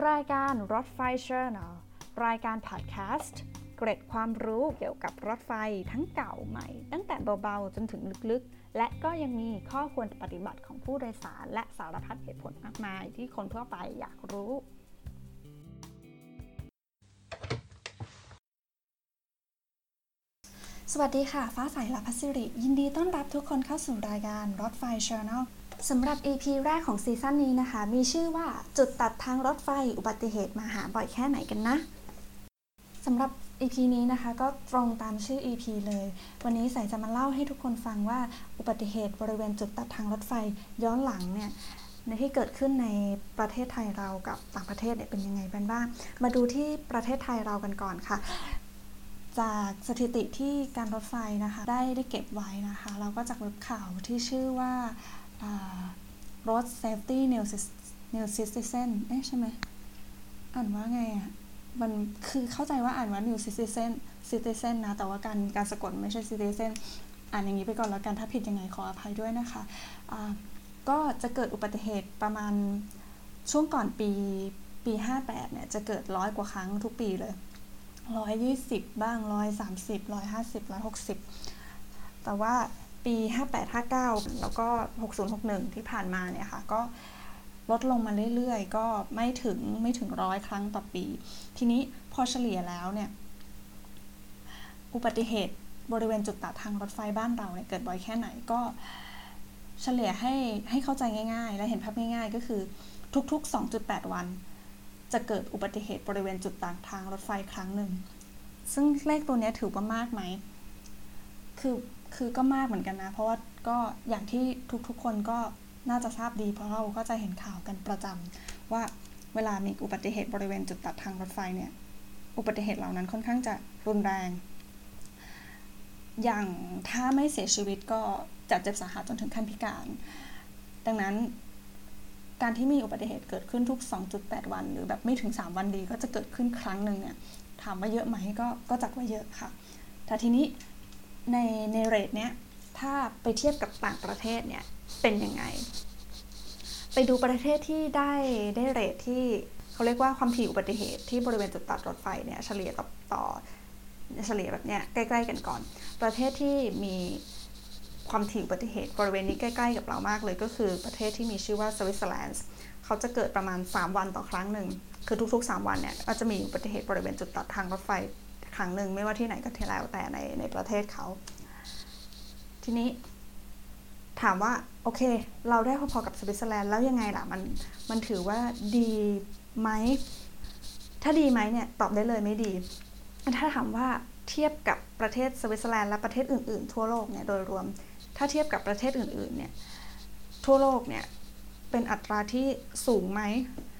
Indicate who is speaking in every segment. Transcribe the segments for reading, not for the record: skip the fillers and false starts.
Speaker 1: รายการรถไฟ Journal รายการพอดแคสต์เกร็ดความรู้เกี่ยวกับรถไฟทั้งเก่าใหม่ตั้งแต่เบาๆจนถึงลึกๆและก็ยังมีข้อควรปฏิบัติของผู้โดยสารและสารพัดเหตุผลมากมายที่คนทั่วไปอยากรู้
Speaker 2: สวัสดีค่ะฟ้าใสและพัชริยินดีต้อนรับทุกคนเข้าสู่รายการรถไฟ Journal สำหรับ EP แรกของซีซั่นนี้นะคะมีชื่อว่าจุดตัดทางรถไฟอุบัติเหตุมาหาบ่อยแค่ไหนกันนะสำหรับ EP นี้นะคะก็ตรงตามชื่อ EP เลยวันนี้ใสจะมาเล่าให้ทุกคนฟังว่าอุบัติเหตุบริเวณจุดตัดทางรถไฟย้อนหลังเนี่ยในที่เกิดขึ้นในประเทศไทยเรากับต่างประเทศเนี่ยเป็นยังไงบ้างมาดูที่ประเทศไทยเรากันก่อนค่ะจากสถิติที่การรถไฟนะคะได้เก็บไว้นะคะเราก็จากเว็บข่าวที่ชื่อว่าRoad Safety New Citizen ใช่ไหมอ่านว่าไงอ่ะมันคือเข้าใจว่าอ่านว่า New Citizen นะแต่ว่าการสะกดไม่ใช่ Citizen อ่านอย่างนี้ไปก่อนแล้วกันถ้าผิดยังไงขออภัยด้วยนะคะก็จะเกิดอุบัติเหตุประมาณช่วงก่อนปี58เนี่ยจะเกิด100 กว่าครั้งทุกปีเลย120บ้าง130 150 160แต่ว่าปี58 59แล้วก็60 61ที่ผ่านมาเนี่ยค่ะก็ลดลงมาเรื่อยๆก็ไม่ถึง100 ครั้งต่อปีทีนี้พอเฉลี่ยแล้วเนี่ยอุบัติเหตุบริเวณจุดตัดทางรถไฟบ้านเราเนี่ยเกิดบ่อยแค่ไหนก็เฉลี่ยให้เข้าใจง่ายๆและเห็นภาพง่ายๆก็คือทุกๆ 2.8 วันจะเกิดอุบัติเหตุบริเวณจุดตัดทางรถไฟครั้งหนึ่งซึ่งเลขตัวนี้ถือว่ามากไหมคือก็มากเหมือนกันนะเพราะว่าก็อย่างที่ทุกคนก็น่าจะทราบดีเพราะเราก็จะเห็นข่าวกันประจำว่าเวลามีอุบัติเหตุบริเวณจุดตัดทางรถไฟเนี่ยอุบัติเหตุเหล่านั้นค่อนข้างจะรุนแรงอย่างถ้าไม่เสียชีวิตก็จะเจ็บสาหัสจนถึงขั้นพิการดังนั้นการที่มีอุบัติเหตุเกิดขึ้นทุก 2.8 วันหรือแบบไม่ถึง3วันดีก็จะเกิดขึ้นครั้งหนึ่งเนี่ยถามว่าเยอะไหมก็จัดว่าเยอะค่ะแต่ทีนี้ในเรทเนี้ยถ้าไปเทียบกับต่างประเทศเนี่ยเป็นยังไงไปดูประเทศที่ได้เรทที่เขาเรียกว่าความถี่อุบัติเหตุที่บริเวณจุดตัดรถไฟเนี่ยเฉลี่ยต่อเฉลี่ยแบบเนี้ยใกล้ๆกันก่อนประเทศที่มีความถี่อุบัติเหตุบริเวณนี้ใกล้ๆกับเรามากเลยก็คือประเทศที่มีชื่อว่าสวิตเซอร์แลนด์เขาจะเกิดประมาณ3วันต่อครั้งหนึ่งคือทุกๆ3วันเนี่ยก็จะมีอุบัติเหตุบริเวณจุดตัดทางรถไฟครั้งหนึ่งไม่ว่าที่ไหนก็แล้วแต่ในประเทศเขาทีนี้ถามว่าโอเคเราได้พอๆกับสวิตเซอร์แลนด์แล้วยังไงล่ะมันถือว่าดีไหมถ้าดีไหมเนี่ยตอบได้เลยไม่ดีถ้าถามว่าเทียบกับประเทศสวิตเซอร์แลนด์และประเทศอื่นๆทั่วโลกเนี่ยโดยรวมถ้าเทียบกับประเทศอื่นๆเนี่ยทั่วโลกเนี่ยเป็นอัตราที่สูงไหม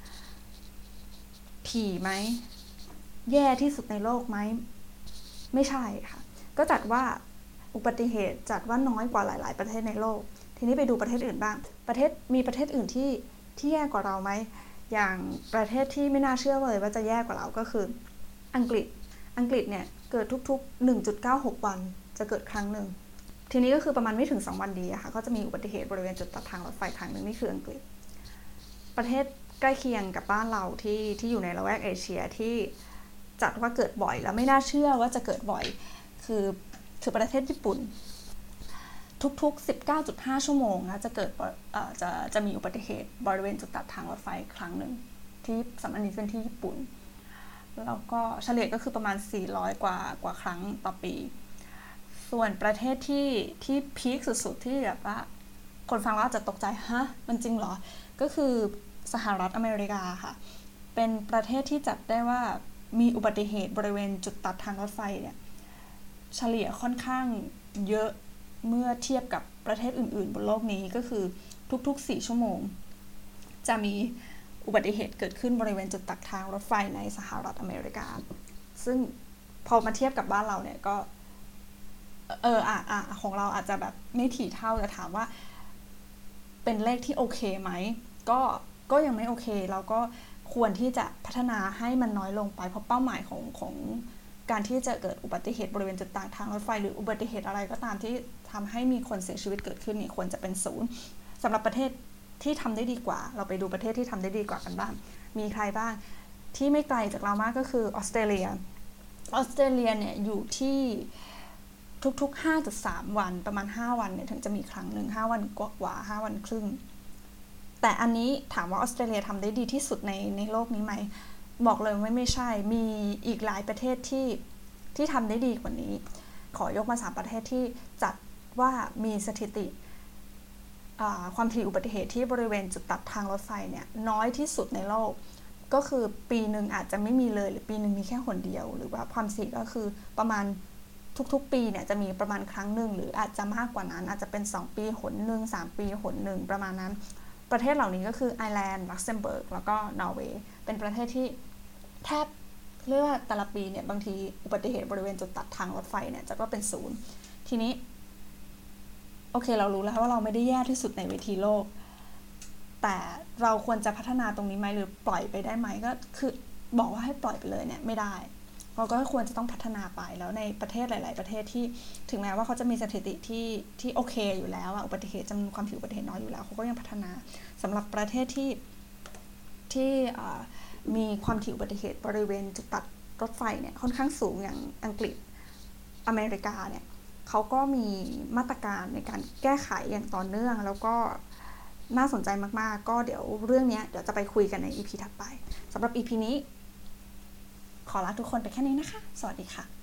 Speaker 2: ถี่ไหมแย่ที่สุดในโลกไหมไม่ใช่ค่ะก็จัดว่าอุบัติเหตุจัดว่าน้อยกว่าหลายๆประเทศในโลกทีนี้ไปดูประเทศอื่นบ้างมีประเทศอื่นที่แย่กว่าเราไหมอย่างประเทศที่ไม่น่าเชื่อเลยว่าจะแย่กว่าเราก็คืออังกฤษเนี่ยเกิดทุกๆ 1.96 วันจะเกิดครั้งหนึ่งทีนี้ก็คือประมาณไม่ถึง2วันดีอะค่ะก็จะมีอุบัติเหตุบริเวณจุดตัดทางรถไฟครั้งหนึ่งนี่คืออังกฤษประเทศใกล้เคียงกับบ้านเราที่อยู่ในละแวกเอเชียที่จัดว่าเกิดบ่อยแล้วไม่น่าเชื่อว่าจะเกิดบ่อยคือประเทศญี่ปุ่นทุกๆ 19.5 ชั่วโมงนะจะเกิดจะมีอุบัติเหตุบริเวณจุดตัดทางรถไฟครั้งหนึ่งที่สำนักนี้เป็นที่ญี่ปุ่นแล้วก็เฉลี่ยก็คือประมาณ400 กว่าครั้งต่อปีส่วนประเทศที่พีคสุดๆที่แบบว่าคนฟังแล้วอาจจะตกใจฮะมันจริงเหรอก็คือสหรัฐอเมริกาค่ะเป็นประเทศที่จัดได้ว่ามีอุบัติเหตุบริเวณจุดตัดทางรถไฟเนี่ยเฉลี่ยค่อนข้างเยอะเมื่อเทียบกับประเทศอื่นๆบนโลกนี้ก็คือทุกๆ4ชั่วโมงจะมีอุบัติเหตุเกิดขึ้นบริเวณจุดตัดทางรถไฟในสหรัฐอเมริกาซึ่งพอมาเทียบกับบ้านเราเนี่ยก็ของเราอาจจะแบบไม่ถี่เท่าแต่ถามว่าเป็นเลขที่โอเคไหมก็ยังไม่โอเคเราก็ควรที่จะพัฒนาให้มันน้อยลงไปเพราะเป้าหมายของการที่จะเกิดอุบัติเหตุบริเวณจุดตัดทางรถไฟหรืออุบัติเหตุอะไรก็ตามที่ทำให้มีคนเสียชีวิตเกิดขึ้นนี่ควรจะเป็น0สำหรับประเทศที่ทำได้ดีกว่าเราไปดูประเทศที่ทำได้ดีกว่ากันบ้างมีใครบ้างที่ไม่ไกลจากเรามากก็คือออสเตรเลียเนี่ยอยู่ที่ทุกๆ 5.3 วันประมาณ5วันเนี่ยถึงจะมีครั้งหนึ่ง5วันกว่า5วันครึ่งแต่อันนี้ถามว่าออสเตรเลียทำได้ดีที่สุดในโลกนี้ไหมบอกเลยว่าไม่ใช่มีอีกหลายประเทศที่ทำได้ดีกว่านี้ขอยกมา3ประเทศที่จัดว่ามีสถิติความถี่อุบัติเหตุที่บริเวณจุดตัดทางรถไฟเนี่ยน้อยที่สุดในโลกก็คือปีหนึ่งอาจจะไม่มีเลยหรือปีหนึ่งมีแค่หนเดียวหรือว่าความถี่ก็คือประมาณทุกๆปีเนี่ยจะมีประมาณครั้งหนึ่งหรืออาจจะมากกว่านั้นอาจจะเป็น2ปีหนหนึ่ง3ปีหนหนึ่งประมาณนั้นประเทศเหล่านี้ก็คือไอร์แลนด์ลักเซมเบิร์กแล้วก็นอร์เวย์เป็นประเทศที่แทบเรียกว่าแต่ละปีเนี่ยบางทีอุบัติเหตุบริเวณจุดตัดทางรถไฟเนี่ยจะก็เป็นศูนย์ทีนี้โอเคเรารู้แล้วว่าเราไม่ได้แย่ที่สุดในเวทีโลกแต่เราควรจะพัฒนาตรงนี้ไหมหรือปล่อยไปได้ไหมก็คือบอกว่าให้ปล่อยไปเลยเนี่ยไม่ได้เราก็ควรจะต้องพัฒนาไปแล้วในประเทศหลายๆประเทศที่ถึงแม้ว่าเขาจะมีสถิติที่โอเคอยู่แล้วอุบัติเหตุจำนวนความถี่อุบัติเหตุน้อยอยู่แล้วเขาก็ยังพัฒนาสำหรับประเทศที่มีความถี่อุบัติเหตุบริเวณจุดตัดรถไฟเนี่ยค่อนข้างสูงอย่างอังกฤษอเมริกาเนี่ยเขาก็มีมาตรการในการแก้ไขอย่างต่อเนื่องแล้วก็น่าสนใจมากๆก็เดี๋ยวเรื่องนี้เดี๋ยวจะไปคุยกันใน EP ถัดไปสำหรับ EP นี้ขอลาทุกคนไปแค่นี้นะคะสวัสดีค่ะ